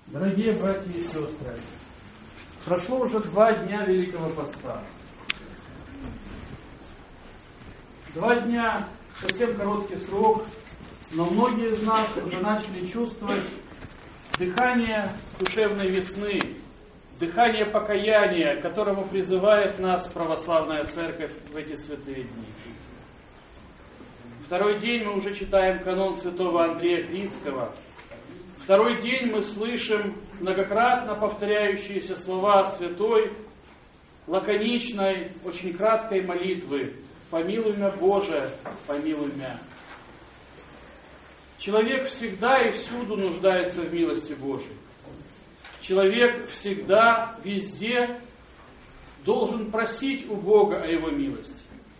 Дорогие братья и сестры, прошло уже 2 дня Великого Поста. 2 дня – совсем короткий срок, но многие из нас уже начали чувствовать дыхание душевной весны, дыхание покаяния, к которому призывает нас Православная Церковь в эти святые дни. Второй день мы уже читаем канон святого Андрея Критского. Второй день мы слышим многократно повторяющиеся слова святой, лаконичной, очень краткой молитвы: «Помилуй мя, Боже, помилуй мя». Человек всегда и всюду нуждается в милости Божией. Человек всегда, везде должен просить у Бога о Его милости.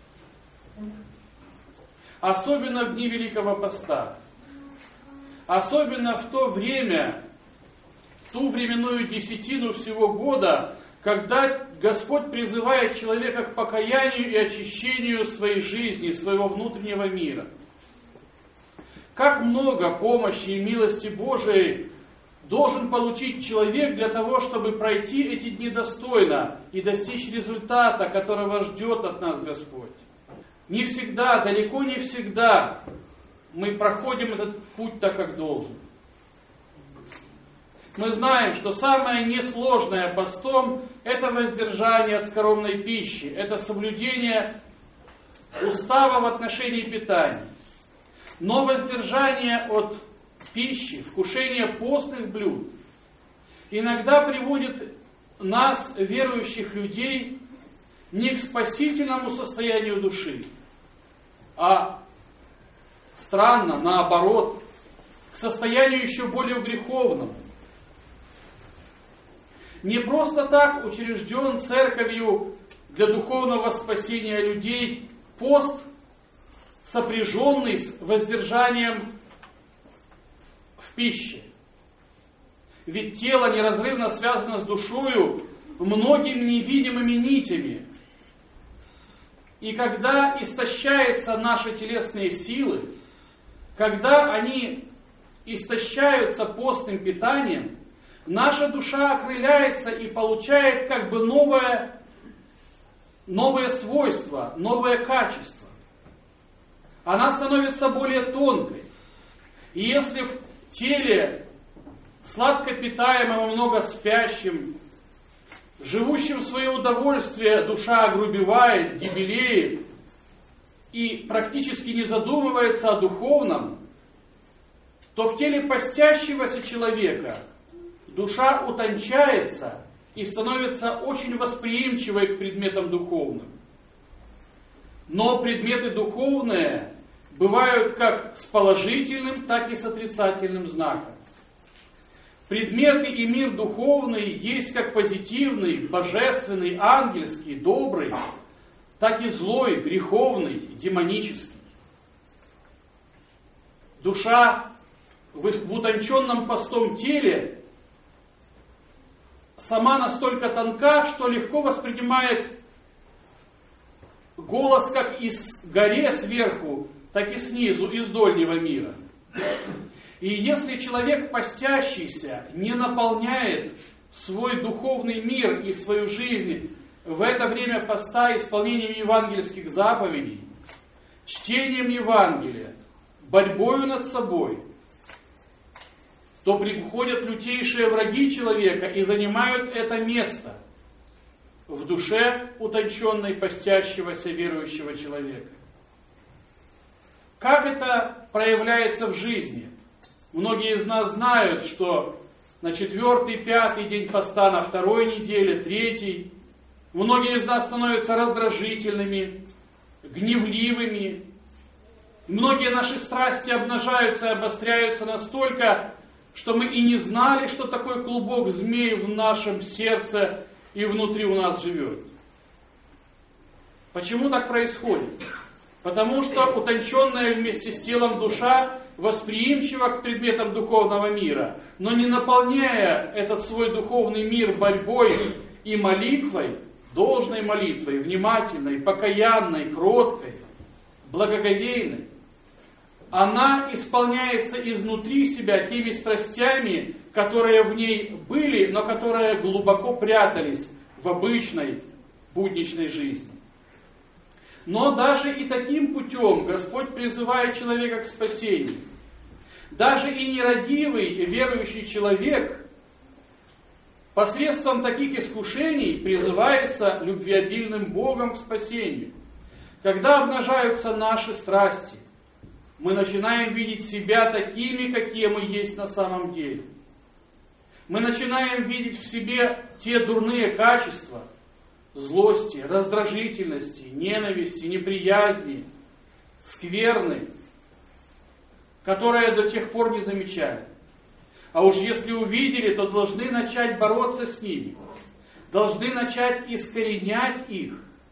Особенно в дни Великого Поста. Особенно в то время, ту временную десятину всего года, когда Господь призывает человека к покаянию и очищению своей жизни, своего внутреннего мира. Как много помощи и милости Божией должен получить человек для того, чтобы пройти эти дни достойно и достичь результата, которого ждет от нас Господь. Не всегда, далеко не всегда мы проходим этот путь так, как должен. Мы знаем, что самое несложное постом – это воздержание от скоромной пищи, это соблюдение устава в отношении питания. Но воздержание от пищи, вкушение постных блюд иногда приводит нас, верующих людей, не к спасительному состоянию души, а странно, наоборот, к состоянию еще более греховному. Не просто так учрежден Церковью для духовного спасения людей пост, сопряженный с воздержанием в пище. Ведь тело неразрывно связано с душою многими невидимыми нитями. И когда истощаются наши телесные силы, когда они истощаются постным питанием, наша душа окрыляется и получает как бы новое свойство, новое качество. Она становится более тонкой. И если в теле сладко питаемым и много спящим, живущим в свое удовольствие, душа огрубевает, дебелеет и практически не задумывается о духовном, то в теле постящегося человека душа утончается и становится очень восприимчивой к предметам духовным. Но предметы духовные бывают как с положительным, так и с отрицательным знаком. Предметы и мир духовный есть как позитивный, божественный, ангельский, добрый, так и злой, греховный, демонический. Душа в утонченном постом теле сама настолько тонка, что легко воспринимает голос как из горе сверху, так и снизу, из дольнего мира. И если человек постящийся не наполняет свой духовный мир и свою жизнь в это время поста исполнением евангельских заповедей, чтением Евангелия, борьбою над собой, то приходят лютейшие враги человека и занимают это место в душе утонченной, постящегося, верующего человека. Как это проявляется в жизни? Многие из нас знают, что на 4-й, 5-й день поста, на 2-й неделе, 3-й, многие из нас становятся раздражительными, гневливыми. Многие наши страсти обнажаются и обостряются настолько, что мы и не знали, что такой клубок змей в нашем сердце и внутри у нас живет. Почему так происходит? Потому что утонченная вместе с телом душа восприимчива к предметам духовного мира, но не наполняя этот свой духовный мир борьбой и молитвой, должной молитвой, внимательной, покаянной, кроткой, благоговейной, она исполняется изнутри себя теми страстями, которые в ней были, но которые глубоко прятались в обычной будничной жизни. Но даже и таким путем Господь призывает человека к спасению. Даже и нерадивый верующий человек посредством таких искушений призывается любвеобильным Богом к спасению. Когда обнажаются наши страсти, мы начинаем видеть себя такими, какие мы есть на самом деле. Мы начинаем видеть в себе те дурные качества злости, раздражительности, ненависти, неприязни, скверны, которые до тех пор не замечали. А уж если увидели, то должны начать бороться с ними, должны начать искоренять их.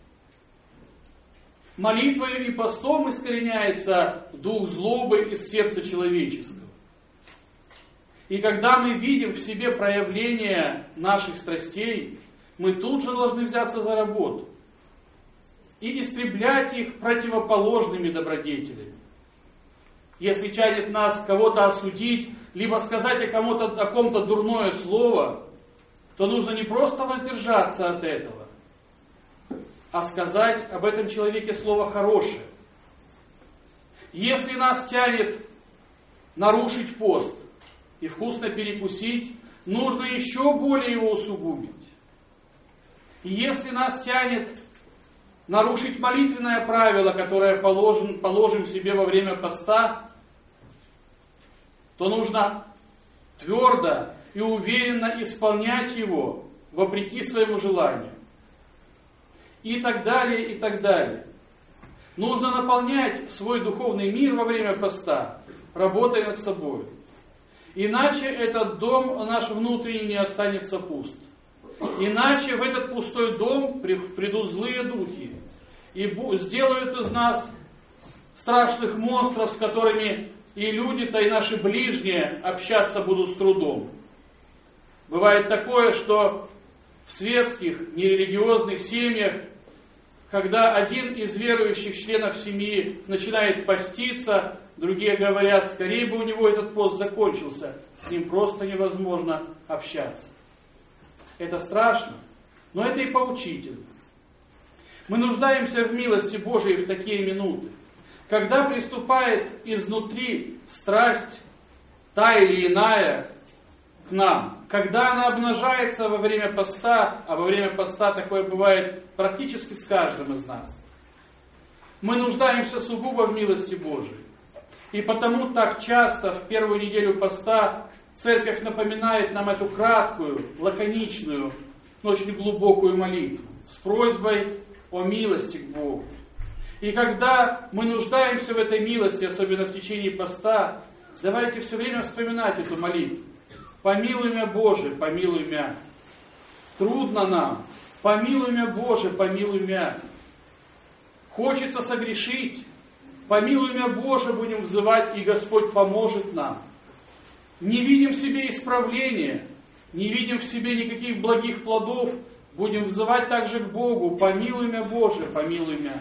Молитвою и постом искореняется дух злобы из сердца человеческого. И когда мы видим в себе проявление наших страстей, мы тут же должны взяться за работу и истреблять их противоположными добродетелями. Если тянет нас кого-то осудить, либо сказать о ком-то дурное слово, то нужно не просто воздержаться от этого, а сказать об этом человеке слово хорошее. Если нас тянет нарушить пост и вкусно перекусить, нужно еще более его усугубить. И если нас тянет нарушить молитвенное правило, которое положим себе во время поста, то нужно твердо и уверенно исполнять его вопреки своему желанию. И так далее, и так далее. Нужно наполнять свой духовный мир во время поста, работая над собой. Иначе этот дом наш внутренний не останется пуст. Иначе в этот пустой дом придут злые духи и сделают из нас страшных монстров, с которыми и люди-то, и наши ближние общаться будут с трудом. Бывает такое, что в светских, нерелигиозных семьях, когда один из верующих членов семьи начинает поститься, другие говорят, скорее бы у него этот пост закончился, с ним просто невозможно общаться. Это страшно, но это и поучительно. Мы нуждаемся в милости Божией в такие минуты, когда приступает изнутри страсть, та или иная, к нам, когда она обнажается во время поста, а во время поста такое бывает практически с каждым из нас. Мы нуждаемся сугубо в милости Божией. И потому так часто в первую неделю поста Церковь напоминает нам эту краткую, лаконичную, но очень глубокую молитву с просьбой о милости к Богу. И когда мы нуждаемся в этой милости, особенно в течение поста, давайте все время вспоминать эту молитву. Помилуй меня, Боже, помилуй меня. Трудно нам. Помилуй меня, Боже, помилуй меня. Хочется согрешить. Помилуй меня, Боже, будем взывать, и Господь поможет нам. Не видим в себе исправления, не видим в себе никаких благих плодов, будем взывать также к Богу. Помилуй меня, Боже, помилуй меня.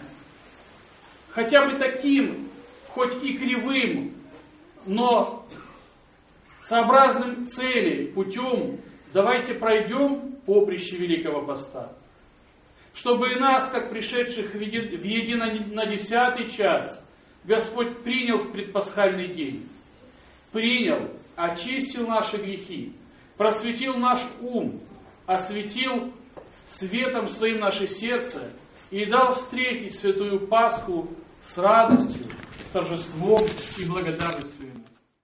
Хотя бы таким, хоть и кривым, но сообразным цели путем давайте пройдем поприще Великого Поста, чтобы и нас, как пришедших в едино на 10-й час, Господь принял в предпасхальный день, принял, очистил наши грехи, просветил наш ум, осветил светом своим наше сердце и дал встретить святую Пасху с радостью, с торжеством и благодарностью.